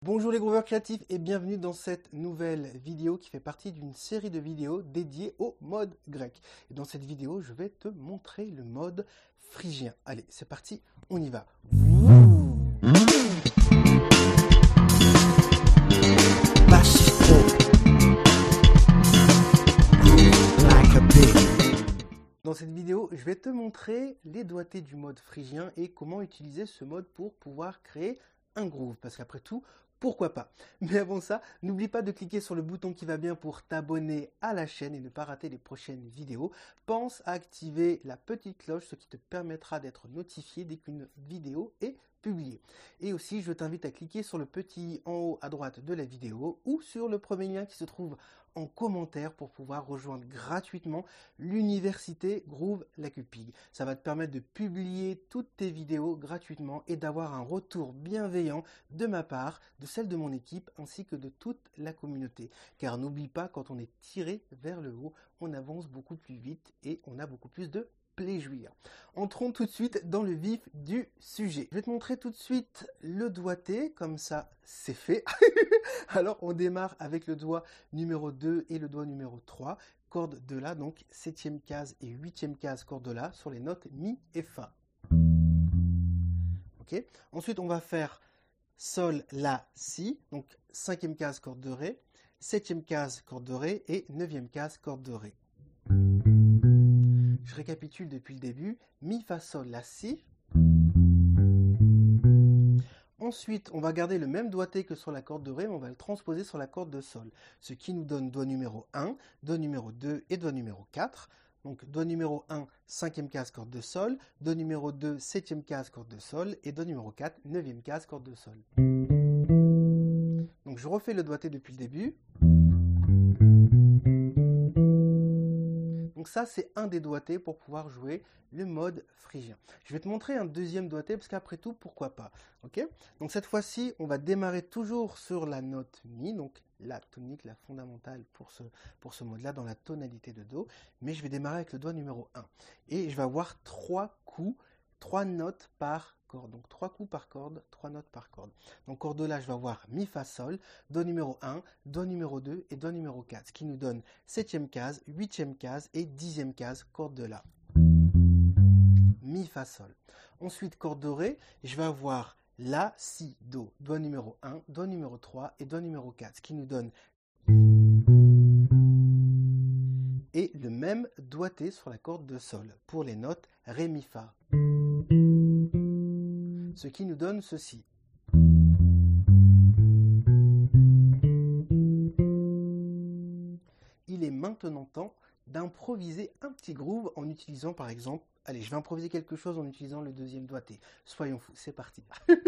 Bonjour les grooveurs créatifs et bienvenue dans cette nouvelle vidéo qui fait partie d'une série de vidéos dédiées au mode grec. Et dans cette vidéo, je vais te montrer le mode phrygien. Allez, c'est parti, on y va. Dans cette vidéo, je vais te montrer les doigtés du mode phrygien et comment utiliser ce mode pour pouvoir créer un groove. Parce qu'après tout, pourquoi pas? Mais avant ça, n'oublie pas de cliquer sur le bouton qui va bien pour t'abonner à la chaîne et ne pas rater les prochaines vidéos. Pense à activer la petite cloche, ce qui te permettra d'être notifié dès qu'une vidéo est publiée. Et aussi, je t'invite à cliquer sur le petit en haut à droite de la vidéo ou sur le premier lien qui se trouve en commentaire pour pouvoir rejoindre gratuitement l'université Groove Lacupig. Ça va te permettre de publier toutes tes vidéos gratuitement et d'avoir un retour bienveillant de ma part, de celle de mon équipe ainsi que de toute la communauté. Car n'oublie pas, quand on est tiré vers le haut, on avance beaucoup plus vite et on a beaucoup plus de plaisir. Entrons tout de suite dans le vif du sujet. Je vais te montrer tout de suite le doigté, comme ça c'est fait. Alors on démarre avec le doigt numéro 2 et le doigt numéro 3, corde de La, donc 7e case et 8e case corde de La sur les notes Mi et Fa. Ok. Ensuite on va faire Sol, La, Si, donc 5e case corde de Ré, 7e case corde de Ré et 9e case corde de Ré. Je récapitule depuis le début, Mi, Fa, Sol, La, Si. Ensuite, on va garder le même doigté que sur la corde de Ré, mais on va le transposer sur la corde de Sol. Ce qui nous donne doigt numéro 1, doigt numéro 2 et doigt numéro 4. Donc doigt numéro 1, 5e case corde de Sol, doigt numéro 2, 7e case corde de Sol, et doigt numéro 4, 9e case corde de Sol. Donc je refais le doigté depuis le début. Donc ça, c'est un des doigtés pour pouvoir jouer le mode phrygien. Je vais te montrer un deuxième doigté parce qu'après tout, pourquoi pas. Ok. Donc cette fois-ci, on va démarrer toujours sur la note Mi, donc la tonique, la fondamentale pour ce mode-là, dans la tonalité de Do. Mais je vais démarrer avec le doigt numéro 1. Et je vais avoir 3 coups, 3 notes par corde. Donc 3 coups par corde, 3 notes par corde. Donc corde de La, je vais avoir Mi, Fa, Sol, Do numéro 1, Do numéro 2 et Do numéro 4. Ce qui nous donne 7e case, 8e case et 10e case corde de La. Mi, Fa, Sol. Ensuite, corde de Ré, je vais avoir La, Si, Do. Do numéro 1, Do numéro 3 et Do numéro 4. Ce qui nous donne et le même doigté sur la corde de Sol pour les notes Ré, Mi, Fa. Ce qui nous donne ceci. Il est maintenant temps d'improviser un petit groove en utilisant par exemple... Allez, je vais improviser quelque chose en utilisant le deuxième doigté. Soyons fous, c'est parti.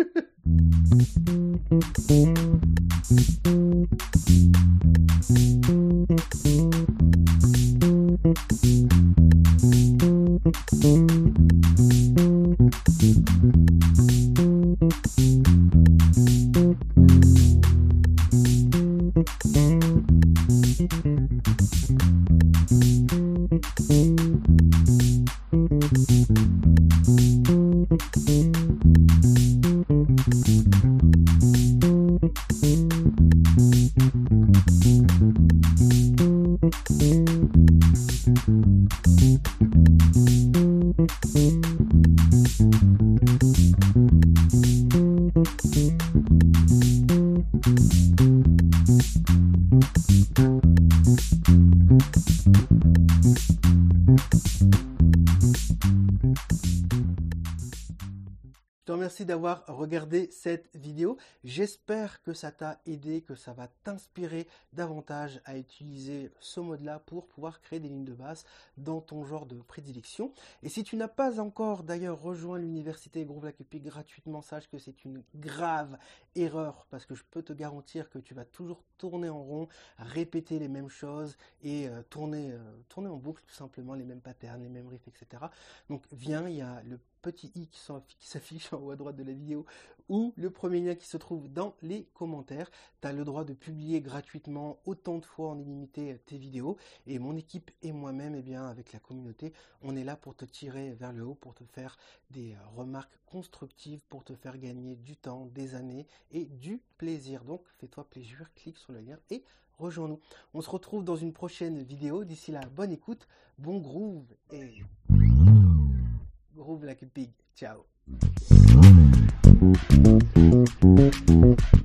Je te remercie d'avoir regardé cette vidéo. J'espère que ça t'a aidé, que ça va t'inspirer davantage à utiliser ce mode-là pour pouvoir créer des lignes de basse dans ton genre de prédilection. Et si tu n'as pas encore d'ailleurs rejoint l'université Groove Lacupig gratuitement, sache que c'est une grave erreur parce que je peux te garantir que tu vas toujours tourner en rond, répéter les mêmes choses et tourner en boucle tout simplement les mêmes patterns, les mêmes riffs, etc. Donc viens, il y a le petit i qui s'affiche en haut à droite de la vidéo ou le premier lien qui se trouve dans les commentaires. Tu as le droit de publier gratuitement autant de fois en illimité tes vidéos. Et mon équipe et moi-même, avec la communauté, on est là pour te tirer vers le haut, pour te faire des remarques constructives, pour te faire gagner du temps, des années et du plaisir. Donc fais-toi plaisir, clique sur le lien et rejoins-nous. On se retrouve dans une prochaine vidéo. D'ici là, bonne écoute, bon groove et groove like a pig. Ciao.